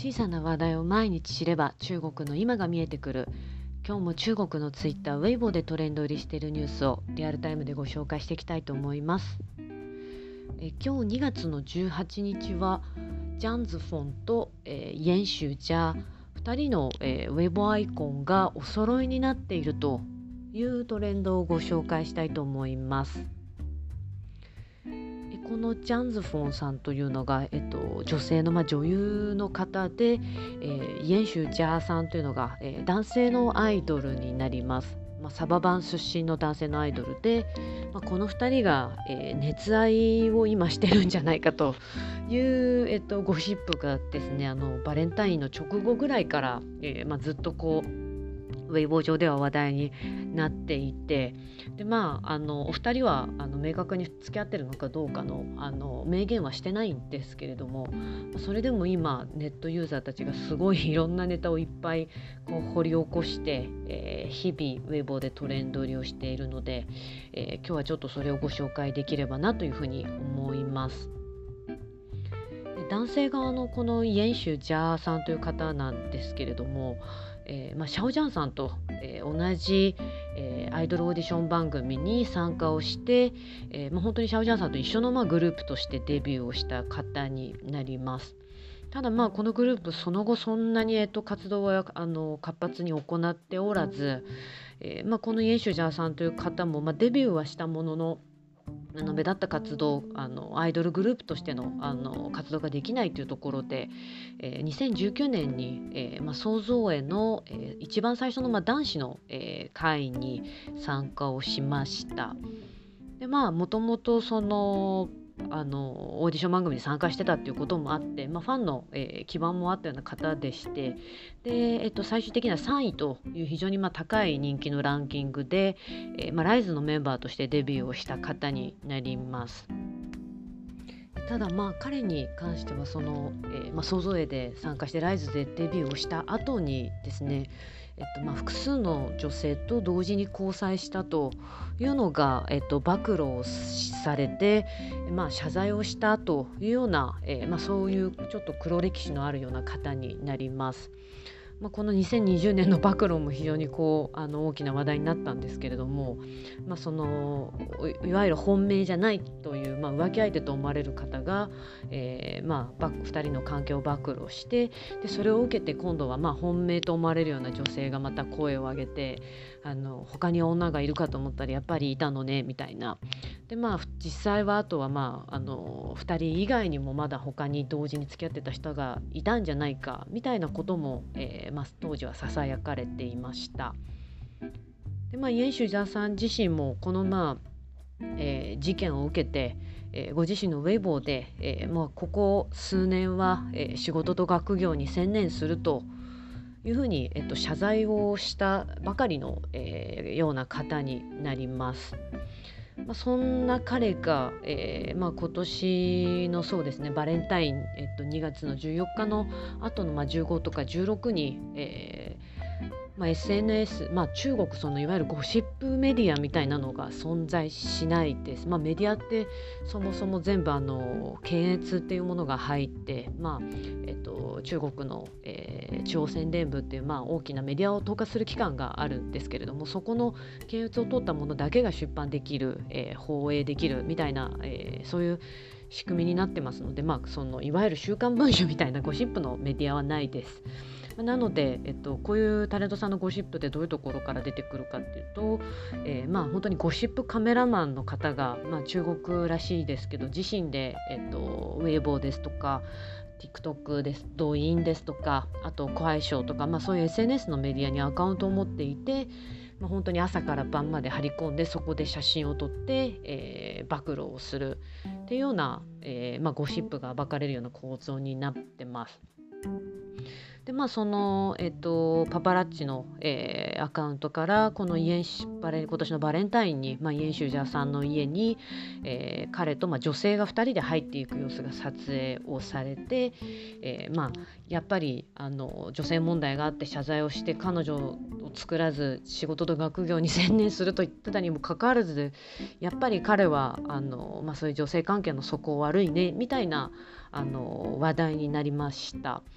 小さな話題を毎日知れば中国の今が見えてくる。今日も中国のツイッター、ウェイボーでトレンド入りしているニュースをリアルタイムでご紹介していきたいと思います。今日2月の18日はジャンズフォンと、イエンシュジャー2人の、ウェイボーアイコンがお揃いになっているというトレンドをご紹介したいと思います。このジャンズフォンさんというのが、女性の、女優の方で、イエンシュジャーさんというのが、男性のアイドルになります。サババン出身の男性のアイドルで、この2人が、熱愛を今してるんじゃないかという、ゴシップがですね、バレンタインの直後ぐらいから、ずっとこうウェイボー上では話題になっていて、でお二人は明確に付き合ってるのかどうかの明言はしてないんですけれども、それでも今ネットユーザーたちがすごいいろんなネタをいっぱいこう掘り起こして、日々ウェイボーでトレンド入りをしているので、今日はちょっとそれをご紹介できればなというふうに思います。男性側のこのイエンシュジャーさんという方なんですけれども、シャオジャンさんと、同じ、アイドルオーディション番組に参加をして、本当にシャオジャンさんと一緒の、グループとしてデビューをした方になります。ただこのグループその後そんなに、活動は活発に行っておらず、このイエンシュジャーさんという方も、デビューはしたものの目立った活動アイドルグループとしての、活動ができないというところで、2019年に、創造営の、一番最初の、男子の、会に参加をしました。でもともとそのオーディション番組に参加してたっていうこともあって、ファンの、基盤もあったような方でして、で、最終的には3位という非常に高い人気のランキングで、ライズのメンバーとしてデビューをした方になります。ただ彼に関してはその、創造営で参加してライズでデビューをした後にですね、複数の女性と同時に交際したというのが、暴露されて、謝罪をしたというような、そういうちょっと黒歴史のあるような方になります。この2020年の暴露も非常に大きな話題になったんですけれども、そのいわゆる本命じゃないという、浮気相手と思われる方が、2人の関係を暴露して、でそれを受けて今度は本命と思われるような女性がまた声を上げて、他に女がいるかと思ったらやっぱりいたのねみたいな。で実際はあとは2人以外にもまだ他に同時に付き合ってた人がいたんじゃないかみたいなことも、当時はささやかれていました。でイエンシュジャーさん自身もこの事件を受けて、ご自身のウェイボーで、ここ数年は、仕事と学業に専念するというふうに、謝罪をしたばかりの、ような方になります。そんな彼が、今年のそうですねバレンタイン、2月の14日の後の15とか16に、SNS、中国そのいわゆるゴシップメディアみたいなのが存在しないです。メディアってそもそも全部検閲っていうものが入って、中国の、中央宣伝部っていう、大きなメディアを統括する機関があるんですけれども、そこの検閲を取ったものだけが出版できる、放映できるみたいな、そういう仕組みになってますので、そのいわゆる週刊文春みたいなゴシップのメディアはないです。なので、こういうタレントさんのゴシップってどういうところから出てくるかっていうと、本当にゴシップカメラマンの方が、中国らしいですけど自身で、ウェイボーですとかTikTok です、ドインですとか、あとコアイショーとか、そういう SNS のメディアにアカウントを持っていて、本当に朝から晩まで張り込んでそこで写真を撮って、暴露をするっていうような、ゴシップが暴かれるような構造になってます。でその、パパラッチの、アカウントからこの今年のバレンタインに、イエンシュジャーさんの家に、彼と、女性が2人で入っていく様子が撮影をされて、やっぱり女性問題があって謝罪をして彼女を作らず仕事と学業に専念すると言ってたにもかかわらず、やっぱり彼はそういう女性関係の底悪いねみたいな話題になりました。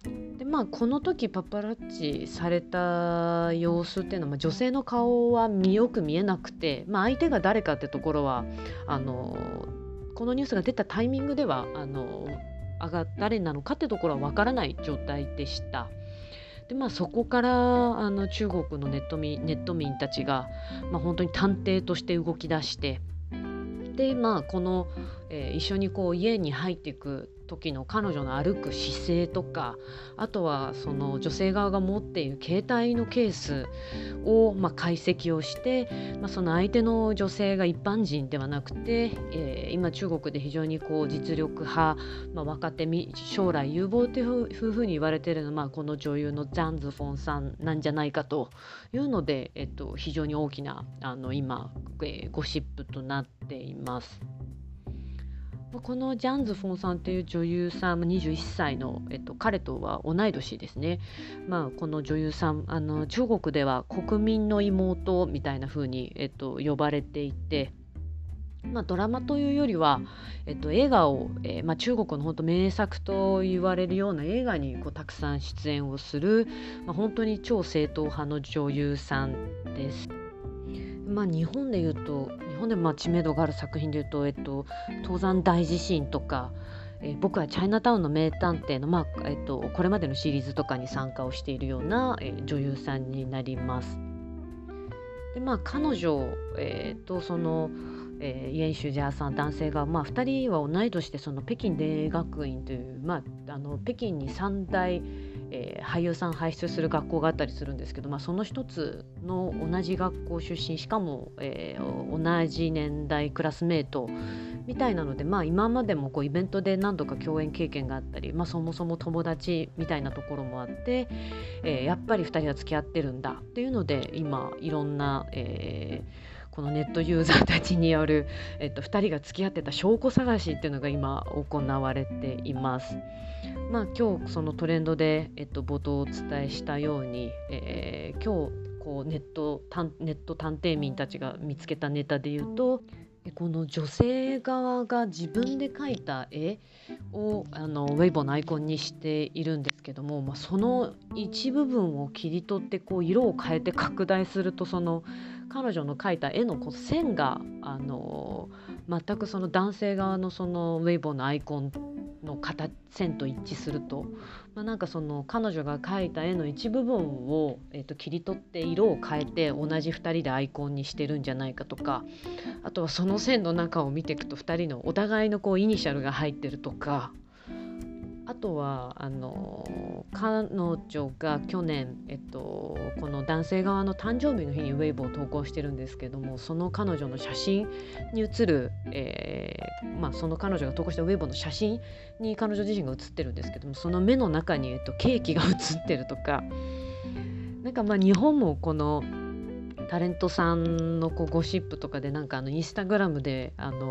でこの時パパラッチされた様子っていうのは、女性の顔はよく見えなくて、相手が誰かってところはあのこのニュースが出たタイミングでは誰なのかってところはわからない状態でした。でそこから中国のネット民たちが、本当に探偵として動き出して、でこの、一緒に家に入っていく時の彼女の歩く姿勢とか、あとはその女性側が持っている携帯のケースを、解析をして、その相手の女性が一般人ではなくて、今中国で非常に実力派、若手将来有望というふうに言われているのは、この女優のジャン・ズフォンさんなんじゃないかというので、非常に大きな今、ゴシップとなっています。このジャン・ズフォンさんという女優さん、21歳の、彼とは同い年ですね。この女優さん、中国では国民の妹みたいな風に、呼ばれていて、ドラマというよりは、映画を、中国の本当名作と言われるような映画にたくさん出演をする、本当に超正統派の女優さんです。日本で知名度がある作品でいうと、東山大地震とか、僕はチャイナタウンの名探偵の、これまでのシリーズとかに参加をしているような、女優さんになります。で彼女、とそのイエン・シュジャーさん男性が、2人は同い年で、その北京霊学院という、北京に3大俳優さん輩出する学校があったりするんですけど、その一つの同じ学校出身、しかも、同じ年代クラスメートみたいなので、今までもイベントで何度か共演経験があったり、そもそも友達みたいなところもあって、やっぱり2人は付き合ってるんだっていうので、今いろんな、このネットユーザーたちによる、2人が付き合ってた証拠探しっていうのが今行われています。今日そのトレンドで、冒頭お伝えしたように、今日ネット探偵民たちが見つけたネタで言うと、この女性側が自分で描いた絵をウェイボーのアイコンにしているんですけども、その一部分を切り取って色を変えて拡大すると、その彼女の描いた絵の線が全くその男性側のそのウェイボーのアイコンの線と一致すると、なんかその彼女が描いた絵の一部分を、切り取って色を変えて同じ2人でアイコンにしてるんじゃないかとか、あとはその線の中を見ていくと2人のお互いのイニシャルが入ってるとか、あとは彼女が去年、この男性側の誕生日の日にウェイボーを投稿してるんですけども、その彼女の写真に写る、その彼女が投稿したウェイボーの写真に彼女自身が写ってるんですけども、その目の中に、ケーキが写ってるとか、なんか日本もこのタレントさんのゴシップとかで、なんかインスタグラムで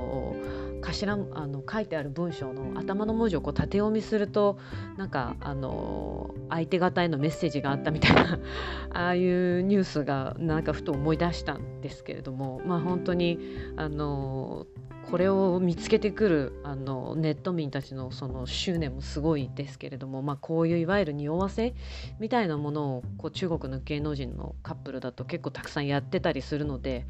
書いてある文章の頭の文字を縦読みすると、なんか相手方へのメッセージがあったみたいなああいうニュースがなんかふと思い出したんですけれども、本当にこれを見つけてくるネット民たちのその執念もすごいですけれども、こういういわゆる匂わせみたいなものを中国の芸能人のカップルだと結構たくさんやってたりするので、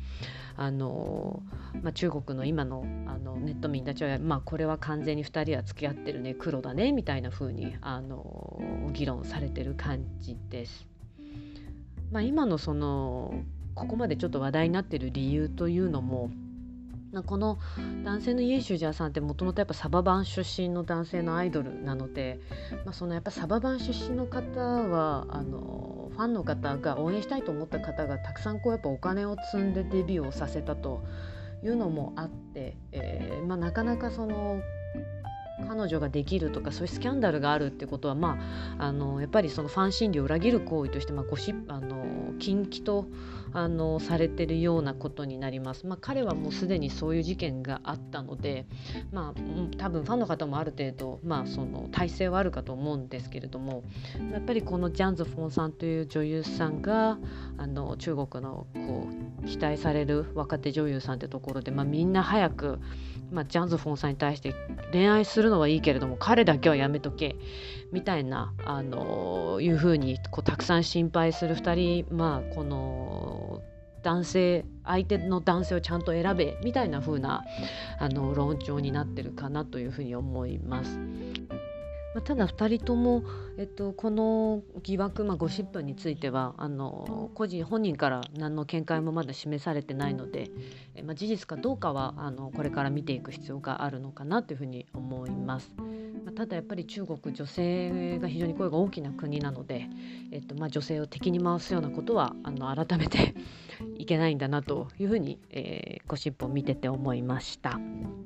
中国の今のネット民たちは、これは完全に2人は付き合ってるね、黒だねみたいな風に議論されてる感じです。今のここまでちょっと話題になっている理由というのも、この男性のイエシュジャーさんってもともとやっぱサバ版出身の男性のアイドルなので、そのやっぱサバ版出身の方はファンの方が応援したいと思った方がたくさんやっぱお金を積んでデビューをさせたというのもあって、なかなか彼女ができるとかそういうスキャンダルがあるってことは、やっぱりそのファン心理を裏切る行為として、禁忌とされてるようなことになります。彼はもうすでにそういう事件があったので、多分ファンの方もある程度、その体制はあるかと思うんですけれども、やっぱりこのジャン・ズフォンさんという女優さんが中国の期待される若手女優さんってところで、みんな早くジャンズフォンさんに対して恋愛するのはいいけれども彼だけはやめとけみたいないうふうにたくさん心配する2人、この相手の男性をちゃんと選べみたいな風な論調になってるかなというふうに思います。ただ2人とも、この疑惑、ゴシップについては本人から何の見解もまだ示されてないので、事実かどうかはこれから見ていく必要があるのかなというふうに思います。ただやっぱり中国女性が非常に声が大きな国なので、女性を敵に回すようなことは改めていけないんだなというふうに、ゴシップを見てて思いました。